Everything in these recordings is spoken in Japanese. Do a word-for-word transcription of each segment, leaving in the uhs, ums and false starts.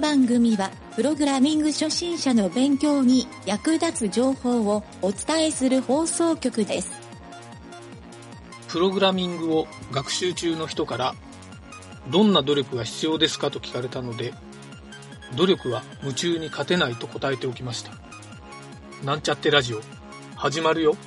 番組はプログラミング初心者の勉強に役立つ情報をお伝えする放送局です。 プログラミングを学習中の人からどんな努力が必要ですかと聞かれたので、努力は夢中に勝てないと答えておきました。なんちゃってラジオ始まるよ。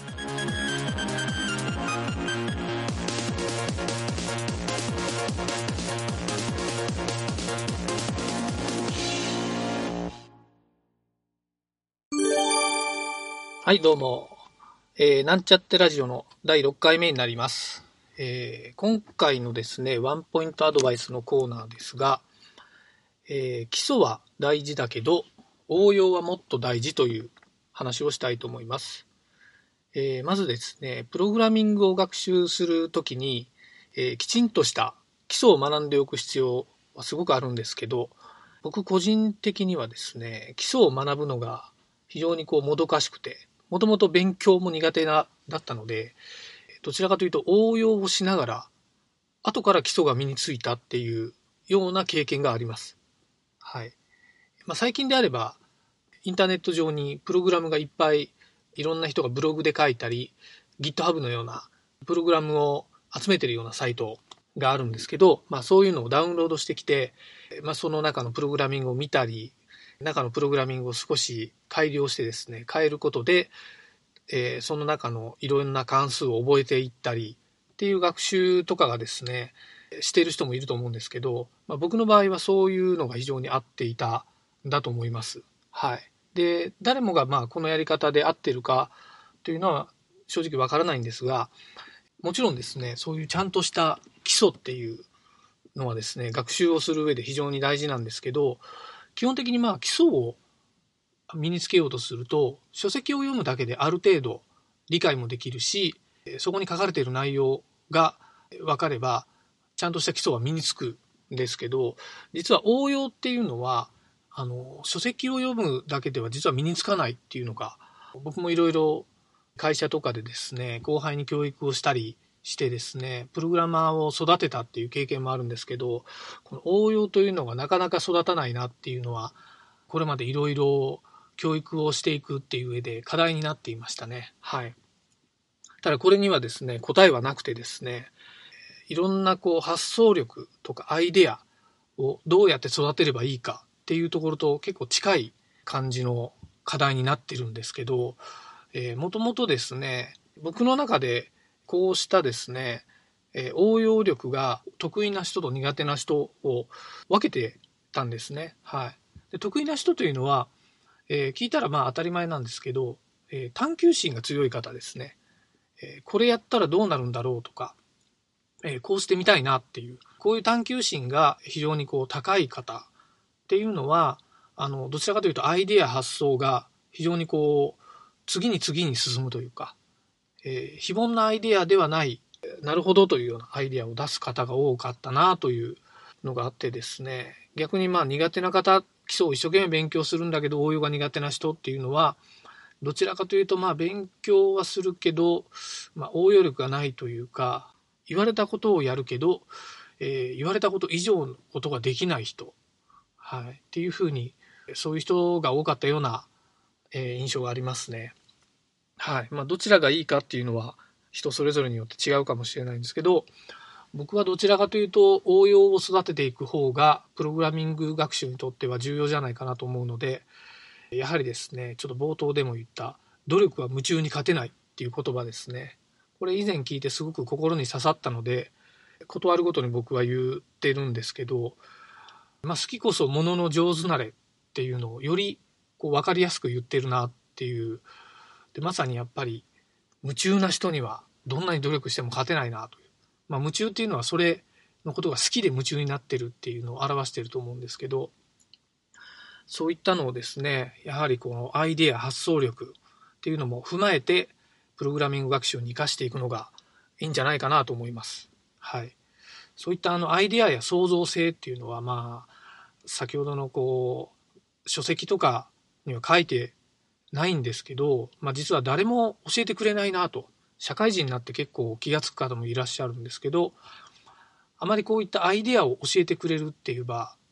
はい、どうも、えー、なんちゃってラジオのだいろっかいめになります。えー、今回のですね、ワンポイントアドバイスのコーナーですが、えー、基礎は大事だけど応用はもっと大事という話をしたいと思います。えー、まずですね、プログラミングを学習するときに、えー、きちんとした基礎を学んでおく必要はすごくあるんですけど、僕個人的にはですね、基礎を学ぶのが非常にこうもどかしくて、もともと勉強も苦手なだったので、どちらかというと応用をしながら後から基礎が身についたっていうような経験があります。はい。まあ、最近であればインターネット上にプログラムがいっぱいいろんな人がブログで書いたり GitHub のようなプログラムを集めているようなサイトがあるんですけど、まあ、そういうのをダウンロードしてきて、まあ、その中のプログラミングを見たり、中のプログラミングを少し改良してですね、変えることで、えー、その中のいろんな関数を覚えていったりっていう学習とかがですね、している人もいると思うんですけど、まあ、僕の場合はそういうのが非常に合っていたんだと思います。はい。で、誰もがまあこのやり方で合っているかというのは正直わからないんですが、もちろんですね、そういうちゃんとした基礎っていうのはですね、学習をする上で非常に大事なんですけど、基本的にまあ基礎を身につけようとすると、書籍を読むだけである程度理解もできるし、そこに書かれている内容が分かれば、ちゃんとした基礎は身につくんですけど、実は応用っていうのは、あの、書籍を読むだけでは実は身につかないっていうのが、僕もいろいろ会社とかでですね、後輩に教育をしたりしてですね、プログラマーを育てたっていう経験もあるんですけど、この応用というのがなかなか育たないなっていうのは、これまでいろいろ教育をしていくっていう上で課題になっていましたね。はい。ただこれにはですね、答えはなくてですね、いろんなこう発想力とかアイデアをどうやって育てればいいかっていうところと結構近い感じの課題になってるんですけど、えー、もともとですね、僕の中でこうしたですね、えー、応用力が得意な人と苦手な人を分けてたんですね。はい。で、得意な人というのは、えー、聞いたらまあ当たり前なんですけど、えー、探求心が強い方ですね。えー、これやったらどうなるんだろうとか、えー、こうしてみたいなっていう、こういう探求心が非常にこう高い方っていうのは、あの、どちらかというとアイデア発想が非常にこう、次に次に進むというか、えー、非凡なアイデアではない、なるほどというようなアイデアを出す方が多かったなというのがあってですね、逆にまあ苦手な方、基礎を一生懸命勉強するんだけど応用が苦手な人っていうのは、どちらかというとまあ勉強はするけど、まあ、応用力がないというか、言われたことをやるけど、えー、言われたこと以上のことができない人、はい、っていうふうに、そういう人が多かったような、えー、印象がありますね。はい。まあ、どちらがいいかっていうのは人それぞれによって違うかもしれないんですけど、僕はどちらかというと応用を育てていく方がプログラミング学習にとっては重要じゃないかなと思うので、やはりですね、ちょっと冒頭でも言った努力は夢中に勝てないっていう言葉ですね。これ以前聞いてすごく心に刺さったので、断るごとに僕は言ってるんですけど、まあ、好きこそものの上手なれっていうのをよりこう分かりやすく言ってるなっていう。で、まさにやっぱり夢中な人にはどんなに努力しても勝てないなという。まあ、夢中っていうのはそれのことが好きで夢中になってるっていうのを表していると思うんですけど、そういったのをですね、やはりこのアイデア、発想力っていうのも踏まえて、プログラミング学習に生かしていくのがいいんじゃないかなと思います。はい。そういったあのアイデアや創造性っていうのは、まあ、先ほどのこう、書籍とかには書いてないんですけど、まあ実は誰も教えてくれないなと、社会人になって結構気がつく方もいらっしゃるんですけど、あまりこういったアイデアを教えてくれるっていう場、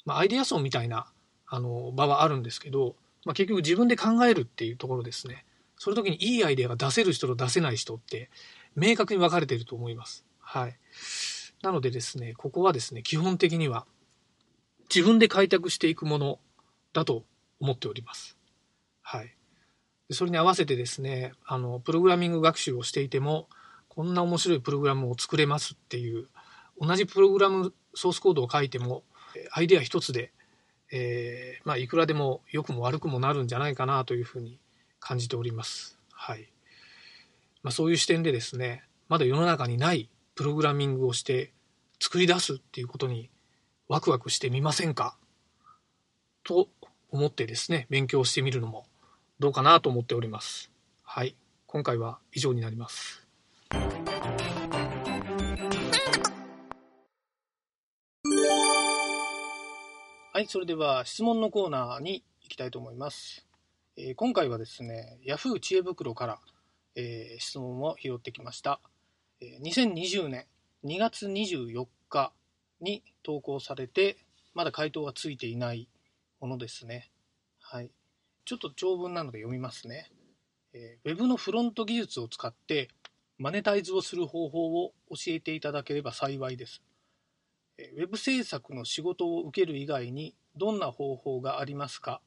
まあ、アイデアソンみたいなあの場はあるんですけど、まあ、結局自分で考えるっていうところですね。その時にいいアイデアが出せる人と出せない人って明確に分かれていると思います。はい。なのでですね、ここはですね、基本的には自分で開拓していくものだと思っております。はい。それに合わせてですね、あの、プログラミング学習をしていても、こんな面白いプログラムを作れますっていう、同じプログラムソースコードを書いても、アイデア一つで、えー、まあ、いくらでも良くも悪くもなるんじゃないかなというふうに感じております。はい。まあ、そういう視点でですね、まだ世の中にないプログラミングをして作り出すっていうことにワクワクしてみませんかと思ってですね、勉強してみるのもどうかなと思っております。はい。今回は以上になります。はい、それでは質問のコーナーに行きたいと思います。えー、今回はですね、Yahoo 知恵袋から、えー、質問を拾ってきました。えー、にせんにじゅうねんにがつにじゅうよっかに投稿されて、まだ回答がついていないものですね。はい。ちょっと長文なので読みますね。えー、Web のフロント技術を使ってマネタイズをする方法を教えていただければ幸いです。ウェブ制作の仕事を受ける以外にどんな方法がありますか？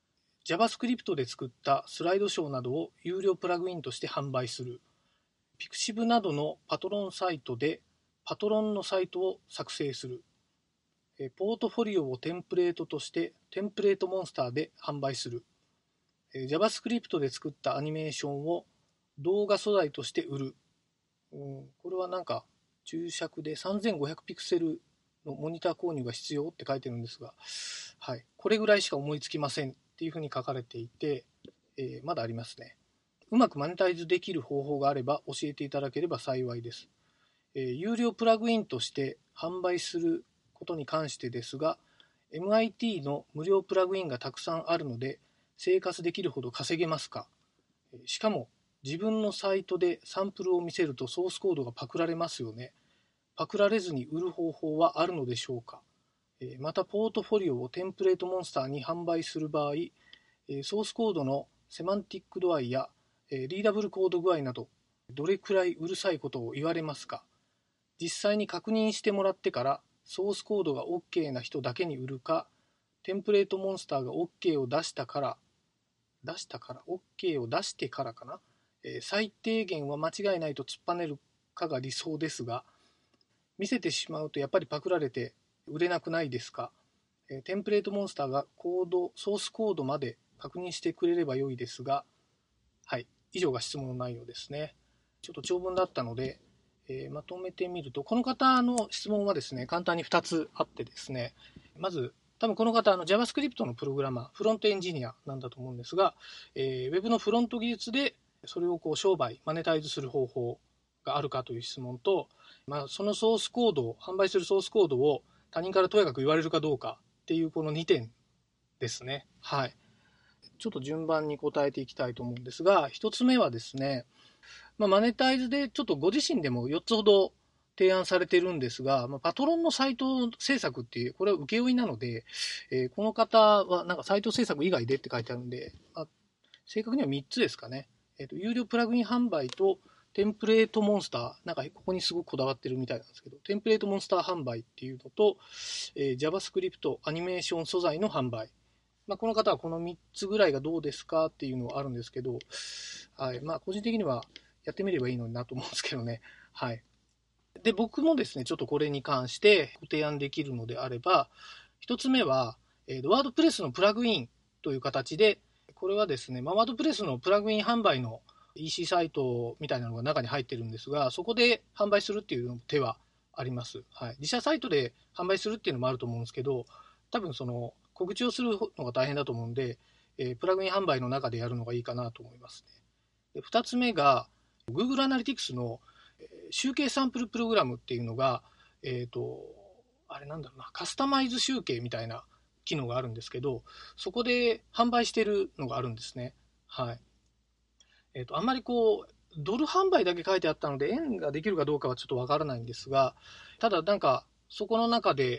JavaScript で作ったスライドショーなどを有料プラグインとして販売する。Pixiv などのパトロンサイトでパトロンのサイトを作成する。ポートフォリオをテンプレートとしてテンプレートモンスターで販売する。JavaScript で作ったアニメーションを動画素材として売る。うん、これはなんか注釈でさんぜんごひゃくピクセルのモニター購入が必要って書いてるんですが、はい、これぐらいしか思いつきませんっていうふうに書かれていて、えー、まだありますね。うまくマネタイズできる方法があれば教えていただければ幸いです。えー、有料プラグインとして販売することに関してですが、エムアイティー の無料プラグインがたくさんあるので生活できるほど稼げますか？しかも自分のサイトでサンプルを見せるとソースコードがパクられますよね。パクられずに売る方法はあるのでしょうか？またポートフォリオをテンプレートモンスターに販売する場合、ソースコードのセマンティック度合いやリーダブルコード具合などどれくらいうるさいことを言われますか？実際に確認してもらってからソースコードが OK な人だけに売るか、テンプレートモンスターが OK を出したから出したから OK を出してからかな、えー、最低限は間違いないと突っぱねるかが理想ですが、見せてしまうとやっぱりパクられて売れなくないですか？えー、テンプレートモンスターがコードソースコードまで確認してくれれば良いですが、はい、以上が質問の内容ですね。ちょっと長文だったので、えー、まとめてみると、この方の質問はですね、簡単にふたつあってですね、まず多分この方あの JavaScript のプログラマー、フロントエンジニアなんだと思うんですが、えー、Web のフロント技術でそれをこう商売、マネタイズする方法があるかという質問と、まあ、そのソースコードを、販売するソースコードを他人からとやかく言われるかどうかっていうこのにてんですね。はい。ちょっと順番に答えていきたいと思うんですが、ひとつめはですね、まあ、マネタイズでちょっとご自身でもよっつほど提案されてるんですが、まあ、パトロンのサイト制作っていう、これは請負なので、えー、この方はなんかサイト制作以外でって書いてあるんで、まあ、正確にはみっつですかね。えーと、有料プラグイン販売とテンプレートモンスター、なんかここにすごくこだわってるみたいなんですけど、テンプレートモンスター販売っていうのと、えー、JavaScript アニメーション素材の販売。まあ、この方はこのみっつぐらいがどうですかっていうのはあるんですけど、はい、まあ個人的にはやってみればいいのになと思うんですけどね。はい。で、僕もですね、ちょっとこれに関してご提案できるのであれば、一つ目は、えー、ワードプレスのプラグインという形で、これはですね、まあ、ワードプレスのプラグイン販売の イーシー サイトみたいなのが中に入ってるんですが、そこで販売するっていう手はあります。はい。自社サイトで販売するっていうのもあると思うんですけど、多分その告知をするのが大変だと思うんで、えー、プラグイン販売の中でやるのがいいかなと思いますね。で、二つ目が、Google Analytics の集計サンプルプログラムっていうのが、えっと、あれなんだろうな、カスタマイズ集計みたいな機能があるんですけど、そこで販売してるのがあるんですね。はい。えっと、あんまりこう、ドル販売だけ書いてあったので、円ができるかどうかはちょっとわからないんですが、ただなんか、そこの中で、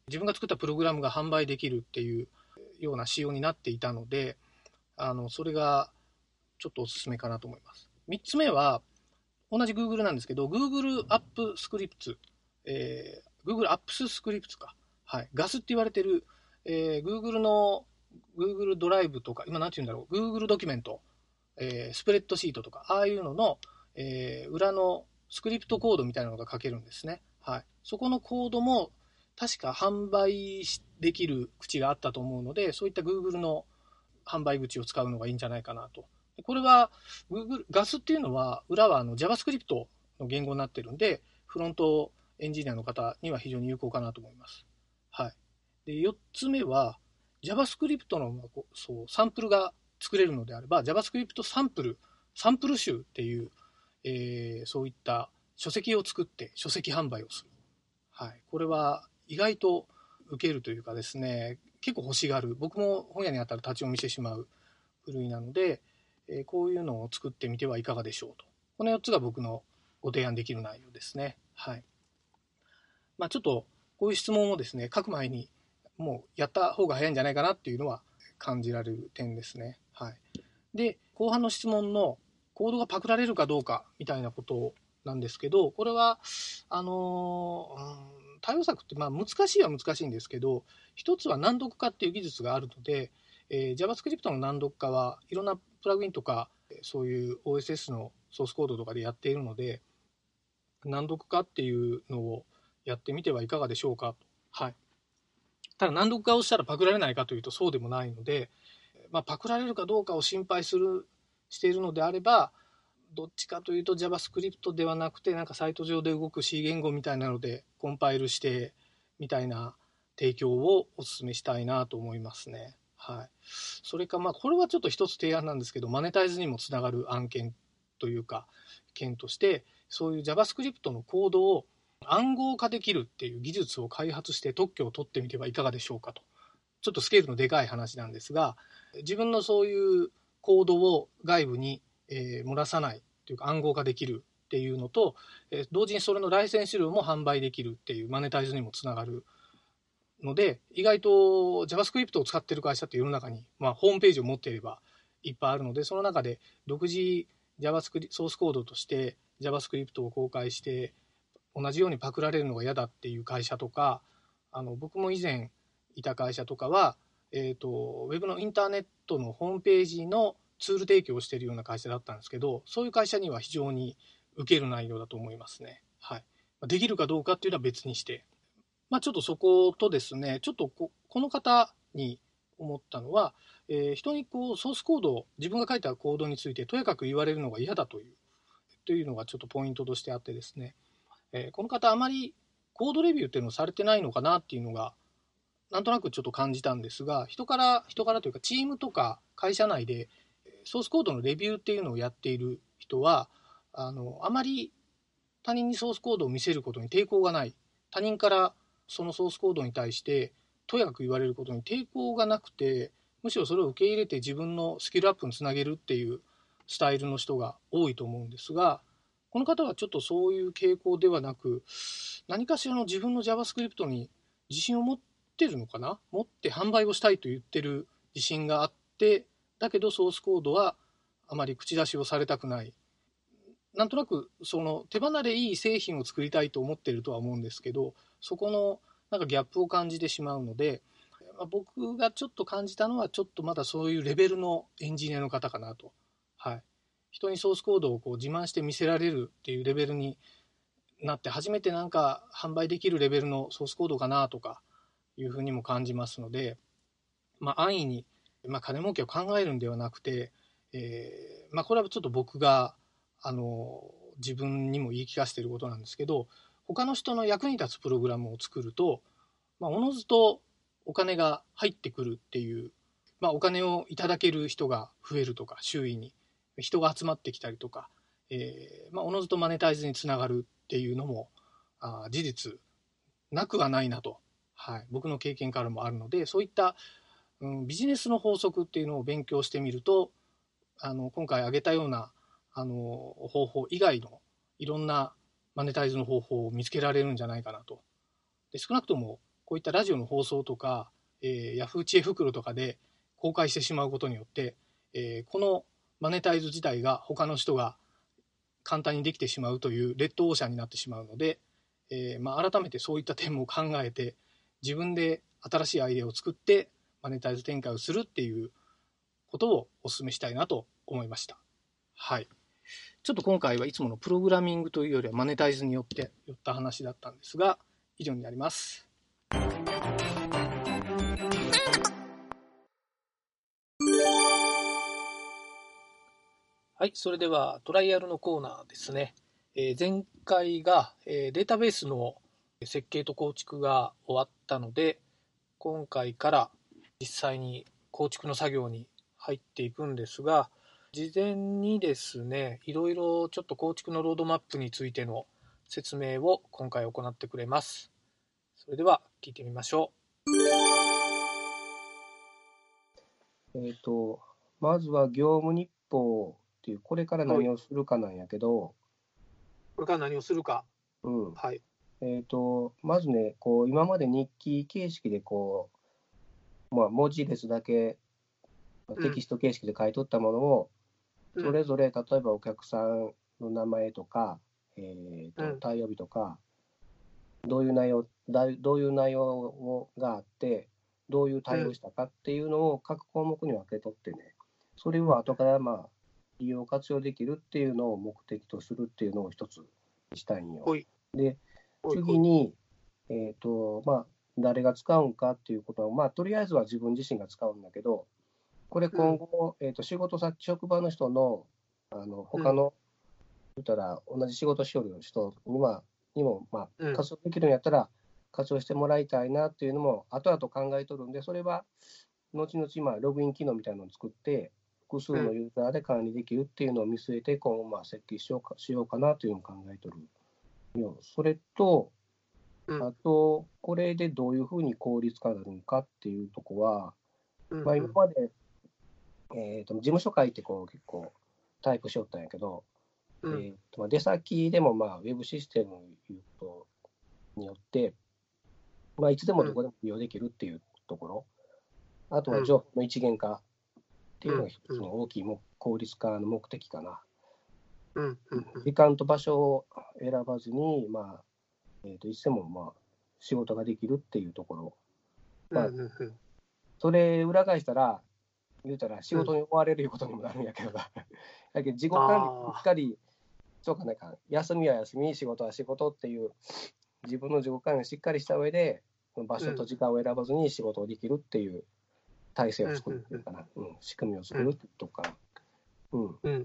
自分が作ったプログラムが販売できるっていうような仕様になっていたので、あのそれがちょっとおすすめかなと思います。みっつめは同じ Google なんですけど、Google App Scripts、えー、Google Apps Scripts か、はい、ガスって言われてる、えー、Google の Google ドライブとか、今なんて言うんだろう、Google ドキュメント、えー、スプレッドシートとか、ああいうのの、えー、裏のスクリプトコードみたいなのが書けるんですね。はい、そこのコードも確か販売できる口があったと思うので、そういった Google の販売口を使うのがいいんじゃないかなと。これは Google ガスっていうのは裏はあの JavaScript の言語になってるんで、フロントエンジニアの方には非常に有効かなと思います。はい。で、よっつめは JavaScript のそうサンプルが作れるのであれば JavaScript サンプルサンプル集っていう、えー、そういった書籍を作って書籍販売をする。はい。これは意外と受けるというかですね、結構欲しがる。僕も本屋にあったら立ち読みしてしまう部類なので、えー、こういうのを作ってみてはいかがでしょうと。このよっつが僕のご提案できる内容ですね。はい。まあ、ちょっとこういう質問をですね、書く前にもうやった方が早いんじゃないかなっていうのは感じられる点ですね。はい。で、後半の質問のコードがパクられるかどうかみたいなことなんですけど、これは、あのー、うん、対応策ってまあ難しいは難しいんですけど、一つは難読化っていう技術があるので、えー、JavaScript の難読化はいろんなプラグインとかそういう オーエスエス のソースコードとかでやっているので、難読化っていうのをやってみてはいかがでしょうか。はい。ただ難読化をしたらパクられないかというとそうでもないので、まあ、パクられるかどうかを心配するしているのであれば、どっちかというと JavaScript ではなくて、なんかサイト上で動く C 言語みたいなのでコンパイルしてみたいな提供をお勧めしたいなと思いますね。はい。それか、まあ、これはちょっと一つ提案なんですけど、マネタイズにもつながる案件というか、件として、そういう JavaScript のコードを暗号化できるっていう技術を開発して特許を取ってみてはいかがでしょうかと。ちょっとスケールのでかい話なんですが、自分のそういうコードを外部に、えー、漏らさないというか暗号化できるっていうのと、えー、同時にそれのライセンス料も販売できるっていうマネタイズにもつながるので、意外と JavaScript を使っている会社って世の中に、まあ、ホームページを持っていればいっぱいあるので、その中で独自 JavaScript ソースコードとして JavaScript を公開して同じようにパクられるのが嫌だっていう会社とか、あの僕も以前いた会社とかは、えーと、ウェブのインターネットのホームページのツール提供をしているような会社だったんですけど、そういう会社には非常に受ける内容だと思いますね。はい。できるかどうかっていうのは別にして、まあ、ちょっとそことですね、ちょっと こ, この方に思ったのは、えー、人にこうソースコード、自分が書いたコードについてとやかく言われるのが嫌だという、というのがちょっとポイントとしてあってですね、えー、この方あまりコードレビューっていうのをされてないのかなっていうのがなんとなくちょっと感じたんですが、人から人からというかチームとか会社内でソースコードのレビューっていうのをやっている人は、あのあまり他人にソースコードを見せることに抵抗がない、他人からそのソースコードに対してとやかく言われることに抵抗がなくて、むしろそれを受け入れて自分のスキルアップにつなげるっていうスタイルの人が多いと思うんですが、この方はちょっとそういう傾向ではなく、何かしらの自分の JavaScript に自信を持ってるのかな、持って販売をしたいと言ってる自信があって、だけどソースコードはあまり口出しをされたくない、なんとなくその手離れいい製品を作りたいと思ってるとは思うんですけど、そこのなんかギャップを感じてしまうので、まあ、僕がちょっと感じたのはちょっとまだそういうレベルのエンジニアの方かなと。はい。人にソースコードをこう自慢して見せられるっていうレベルになって初めてなんか販売できるレベルのソースコードかなとかいうふうにも感じますので、まあ、安易に、まあ、金儲けを考えるんではなくて、えーまあ、これはちょっと僕があの自分にも言い聞かせていることなんですけど、他の人の役に立つプログラムを作ると、まあ、おのずとお金が入ってくるっていう、まあ、お金をいただける人が増えるとか、周囲に人が集まってきたりとか、えーまあ、おのずとマネタイズにつながるっていうのもあ事実なくはないなと、はい、僕の経験からもあるので、そういった、うん、ビジネスの法則っていうのを勉強してみると、あの今回挙げたようなあの方法以外のいろんなマネタイズの方法を見つけられるんじゃないかなと。で少なくともこういったラジオの放送とか、えー、ヤフー知恵袋とかで公開してしまうことによって、えー、このマネタイズ自体が他の人が簡単にできてしまうというレッドオーシャンになってしまうので、えーまあ、改めてそういった点も考えて自分で新しいアイデアを作ってマネタイズ展開をするっていうことをお勧めしたいなと思いました。はい。ちょっと今回はいつものプログラミングというよりはマネタイズによって寄った話だったんですが、以上になります。はい、それではトライアルのコーナーですね。えー、前回が、えー、データベースの設計と構築が終わったので、今回から実際に構築の作業に入っていくんですが、事前にですね、いろいろちょっと構築のロードマップについての説明を今回行ってくれます。それでは聞いてみましょう。えっと、まずは業務日報っていう、これから何をするかなんやけど、 これから何をするか。 うん。 はい。 えっと、まずね、こう、今まで日記形式でこう、まあ、文字列だけ、テキスト形式で書いとったものを、 うん、 それぞれ、例えばお客さんの名前とか、えっと、対応日とか、どういう内容、どういう内容があって、どういう対応したかっていうのを各項目に分けとってね、それを後からまあ利用活用できるっていうのを目的とするっていうのを一つしたいんよ。で、次に、えっと、まあ、誰が使うんかっていうことは、まあ、とりあえずは自分自身が使うんだけど、これ今後、うん、えっと、仕事先、職場の人の、あの、他の、言ったら同じ仕事しよる人には、にも、まあ、活用できるんやったら、活用してもらいたいなっていうのも、後々考えとるんで、それは、後々、まあ、ログイン機能みたいなのを作って、複数のユーザーで管理できるっていうのを見据えて、今後、まあ、設計しようか、しようかなというのを考えとるよ。それと、あと、これでどういうふうに効率化になるのかっていうとこは、まあ、今まで、えーと、事務所書いてこう結構タイプしよったんやけど、うん、えーとまあ、出先でもまあウェブシステムによって、まあ、いつでもどこでも利用できるっていうところ、うん、あとは情報の一元化っていうのが一つの大きいも効率化の目的かな。うんうんうん、時間と場所を選ばずに、まあえー、といつでもまあ仕事ができるっていうところ、まあうんうんうん、それ裏返したら、言うたら仕事に追われるいうことにもなるんやけどだ、うん、だけど自己管理しっかり、そうかなんか、休みは休み、仕事は仕事っていう、自分の自己管理をしっかりした上で、場所と時間を選ばずに仕事をできるっていう体制を作るっていうかな、うんうんうん、仕組みを作るってとこかな。うん。うん、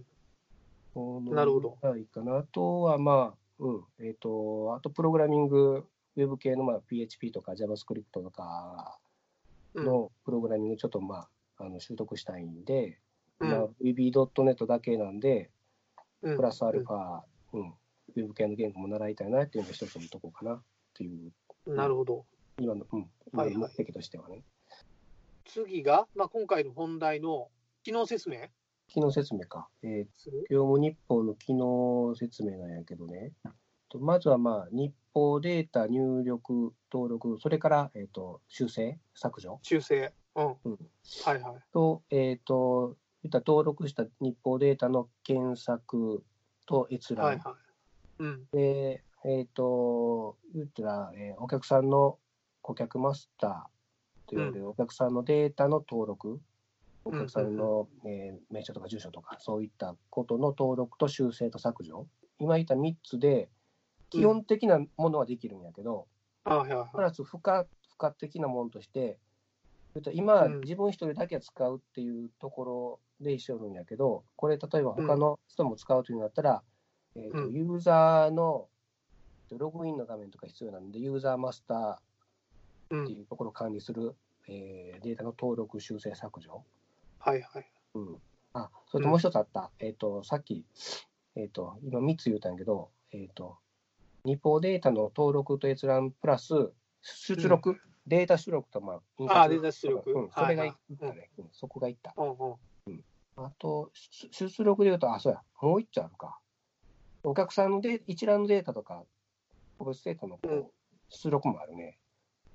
なるほど。いいかな。あとは、まあ、うん、えっと、あとプログラミング、ウェブ系の、まあ、ピーエイチピー とか JavaScript とかのプログラミングちょっと、まあ、あの習得したいんで、うん、まあ、ブイビードットネット だけなんで、プラスアルファ、うん、うん、ウェブ系の言語も習いたいなっていうのが一つのとこかなっていう。 なるほど。 今の、うん、今の目的としてはね。はいはい、 次が、まあ、今回の本題の機能説明。 機能説明か。えー、業務日報の機能説明なんやけどね。まずは、まあ、日報データ入力、登録、それから、えーと、修正、削除。 修正。うん。うん、はいはい。 と、えっ、ー、と、いった登録した日報データの検索と閲覧。はいはい。うん。で、えっ、ー、と、言ったら、えー、お客さんの顧客マスターと言われるお客さんのデータの登録、うん、お客さんの、うんうんうん、えー、名称とか住所とか、そういったことの登録と修正と削除。今言ったみっつで、基本的なものはできるんやけど、うん、プラス付加、付加的なものとして、今、自分一人だけ使うっていうところで一緒なんやけど、これ、例えば他の人も使うというのだったら、うん、えーと、ユーザーのログインの画面とか必要なので、ユーザーマスターっていうところを管理する、うん、えー、データの登録、修正、削除。 はいはい。 うん、あ、それともう一つあった。うん、えっ、ー、と、さっき、えっ、ー、と、今みっつ言うたんやけど、えっ、ー、と、日報データの登録と閲覧プラス出力、うん、データ出力と、まあ、 印刷。あ、データ出力。 うん、それがいったね、はいはい、うん。そこがいった。うんうんうん、あと、出力で言うと、あ、そうや、もう一丁あるか。お客さんので一覧のデータとか、個別データのこう出力もあるね。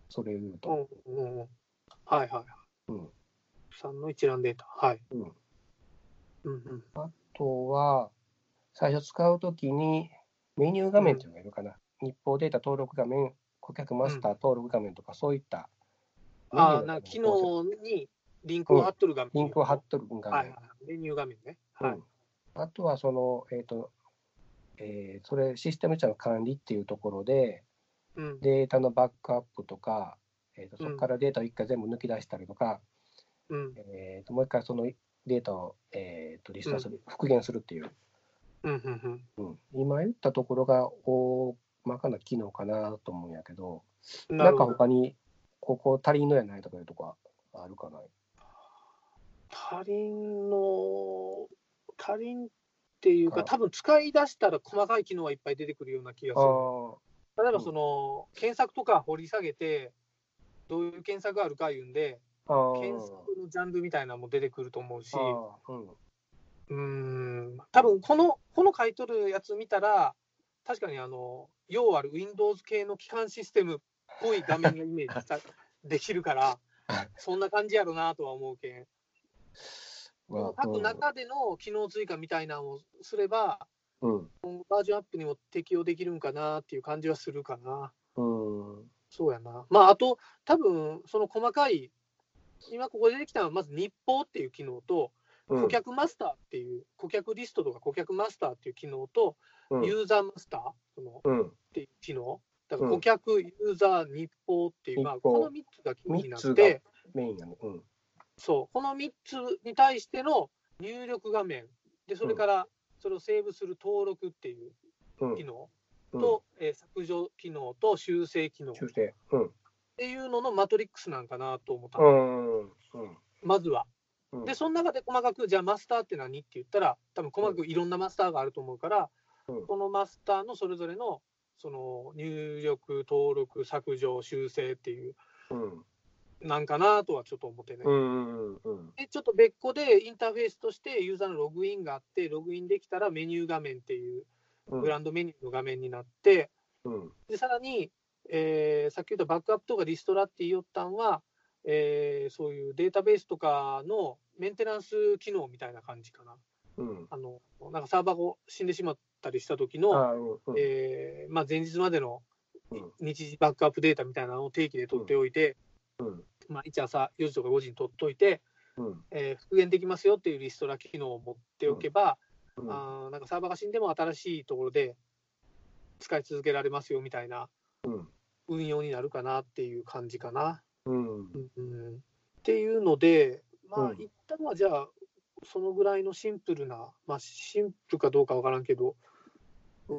それを言うと。 うんうんうん、はいはいはい。 うん。 さんの一覧データ。はい。 うん。 うんうん、 あとは、最初使うときに、メニュー画面っていうのがいるかな。うん、日報データ登録画面、顧客マスター登録画面とか、そういったメニューの画面ああ、機能にリンクうん、 を貼っとる画面。 リンクを貼っとる画面。 はいはい、メニュー画面ね。はい。 うん、あとは、その、えっ、ー、と、えー、それ、システムの管理っていうところで、 うん、 データのバックアップとか、えーと、そこうん、 からデータを一回全部抜き出したりとか、 うん、 えーと、もう一回そのデータを、えーとリストする、 うん、 復元するっていう、 うんうんうん、今言ったところが大まかな機能かなと思うんやけど、 うん、 なんかなるほど。 他にここ足りんのやないとかいうとこはあるかな。 足りんの、足りんっていうか、多分使い出したら細かい機能はいっぱい出てくるような気がする。例えばその、うん、検索とか掘り下げて、どういう検索があるかいうんで、検索のジャンルみたいなのも出てくると思うし、うん、うーん、多分この、この書いとるやつ見たら、確かにあの、要ある Windows 系の基幹システムっぽい画面がイメージしたできるから、そんな感じやろなとは思うけん。各中での機能追加みたいなのをすれば、うん、バージョンアップにも適用できるんかなっていう感じはするかな。うん、そうやな。まあ、あと、多分その細かい、今ここで出てきたのは、まず日報っていう機能と、顧客マスターっていう、顧客リストとか顧客マスターっていう機能と、うん、ユーザーマスターその、うん、っていう機能。だから顧客、ユーザー、日報っていう、まあ、このみっつがキーになって、メインやね。うん、そう、このみっつに対しての入力画面、でそれからそれをセーブする登録っていう機能と、うんえー、削除機能と修正機能、修正、うん、っていうののマトリックスなんかなと思った、うんうん、まずは。で、その中で細かく、じゃあマスターって何って言ったら、多分細かくいろんなマスターがあると思うから、うん、このマスターのそれぞれのその入力、登録、削除、修正っていう、うんなんかなとはちょっと思ってね、うんうんうん。で、ちょっと別個でインターフェースとしてユーザーのログインがあって、ログインできたらメニュー画面っていうグランドメニューの画面になって、うん、でさらに、えー、さっき言ったバックアップとかリストラって言おったんは、えー、そういうデータベースとかのメンテナンス機能みたいな感じかな。うん、あのなんかサーバーが死んでしまったりした時の、うんえーまあ、前日までの日時バックアップデータみたいなのを定期で取っておいて、うんうんまあ、いち朝よじとかごじに取っといて、うんえー、復元できますよっていうリストラ機能を持っておけば、うん、あなんかサーバーが死んでも新しいところで使い続けられますよみたいな運用になるかなっていう感じかな。うんうん、っていうので、まあ、一旦はじゃあ、そのぐらいのシンプルな、まあ、シンプルかどうかわからんけど、うん、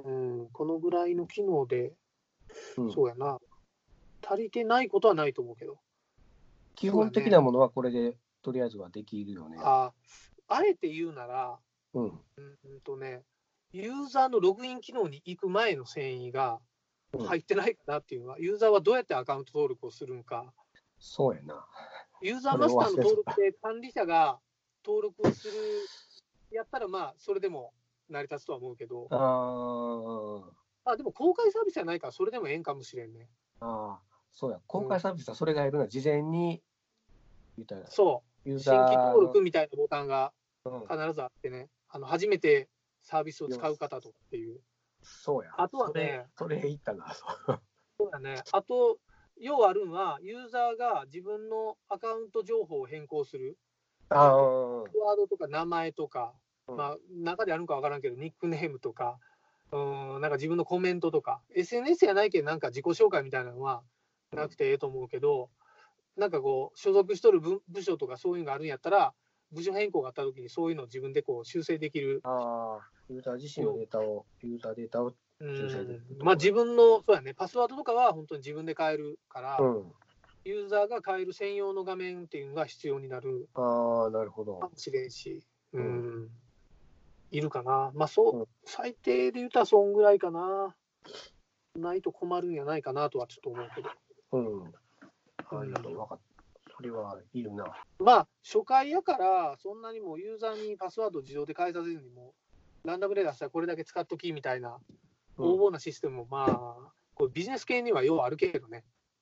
このぐらいの機能で、うん、そうやな、足りてないことはないと思うけど。 基本的なものはこれでとりあえずはできるよね。 ああえて言うなら、うん、うんとね、ユーザーのログイン機能に行く前の遷移が入ってないかなっていうのは、うん、ユーザーはどうやってアカウント登録をするのか。 そうやな。 ユーザーマスターの登録で管理者が登録をするやったら、まあ、それでも成り立つとは思うけど、ああでも公開サービスじゃないから、それでもええんかもしれんね。 ああ、そうや、公開サービスはそれがいるのは事前に、 みたいな。そう、新規登録みたいなボタンが必ずあってね、うん、あの初めてサービスを使う方とっていう。 そうや。 あとはね、 それ言ったな。 そうだね。あと、要あるんは、ユーザーが自分のアカウント情報を変更する。ああ。ワードとか名前とか、うん、まあ、中であるんか分からんけど、ニックネームとか、うんなんか自分のコメントとか、エスエヌエス やないけど、なんか自己紹介みたいなのはなくてええと思うけど、うん、なんかこう、所属しとる 部, 部署とかそういうのがあるんやったら、部署変更があったときに、そういうのを自分でこう修正できる。 ああ、ユーザー自身のデータを、ユーザーデータを修正できる。 まあ、自分の、そうやね、パスワードとかは本当に自分で変えるから、うん、ユーザーが変える専用の画面っていうのが必要になるああ、なるほど。 かもしれんし、うん、うん、いるかな。まあ、そう、うん、最低で言うたらそんぐらいかな。ないと困るんやないかなとはちょっと思うけど。うん。 ありがとう。分かった。それはいるな。 まあ、初回やから、そんなにもユーザーにパスワードを自動で変えさせずにも、ランダムで出したらこれだけ使っときみたいな、横暴なシステムも、まあ、これビジネス系にはようあるけどね。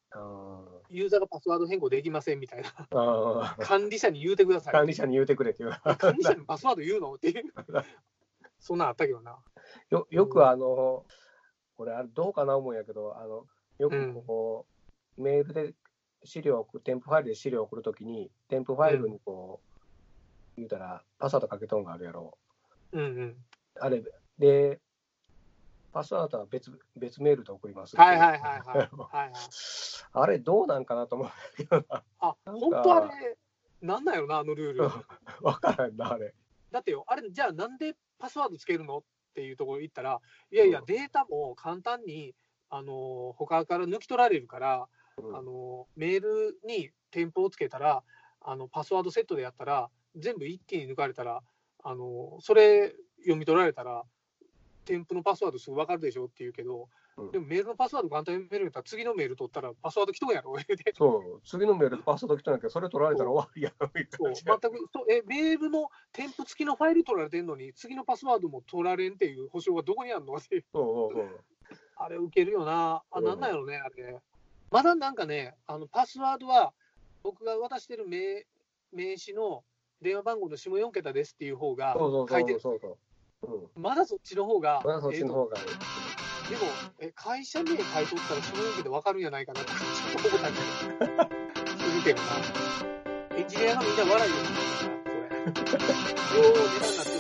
ユーザーがパスワード変更できませんみたいな。 あ管理者に言うてください。 管理者に言うてくれっていう。 管理者にパスワード言うのっていう。そんなんあったけどな。 よよくあの、これ、どうかな思うんやけど、あのよくこう、うん、メールで資料を送る、添付ファイルで資料を送るときに、添付ファイルにこう、うん、言うたら、パスワードかけとんがあるやろ。 うんうん。あれで、パスワードは別別メールで送ります。 はいはいはいはい。はいはい、 あれ、どうなんかなと思うんだけどな。 あ、本当あれ、なんなんやろな、あのルール。 わからんな、あれ。 だってよ、あれ、じゃあなんでパスワードつけるのっていうところ言ったら、いやいや、データも簡単に、あの他から抜き取られるから、うん、あのメールに添付をつけたら、あのパスワードセットでやったら、全部一気に抜かれたら、あのそれ読み取られたら、添付のパスワードすぐ分かるでしょって言うけど、うん、でもメールのパスワード簡単に読めるんやったら、次のメール取ったらパスワード来とんやろ。 そう、次のメールでパスワード来とんやけど、それ取られたら終わりやろ。 そう全くそえメールの添付付きのファイル取られてんのに、次のパスワードも取られんっていう保証がどこにあるのっていう。 そうそうそう、 あれ、ウケるよな。あ、なんなんやろね、あれ。まだなんかね、あのパスワードは、僕が渡してる 名, 名刺の電話番号の下よん桁ですっていう方が書いてる。 そうそうそうそう、 うん、まだそっちの方が、 まだそっちの方が、 えー、でもえ、会社名書いとったら下よん桁分かるんじゃないかなってちょっと思ったりするけどな。エンジニアがみんな笑いよ、これ。よう、値段になって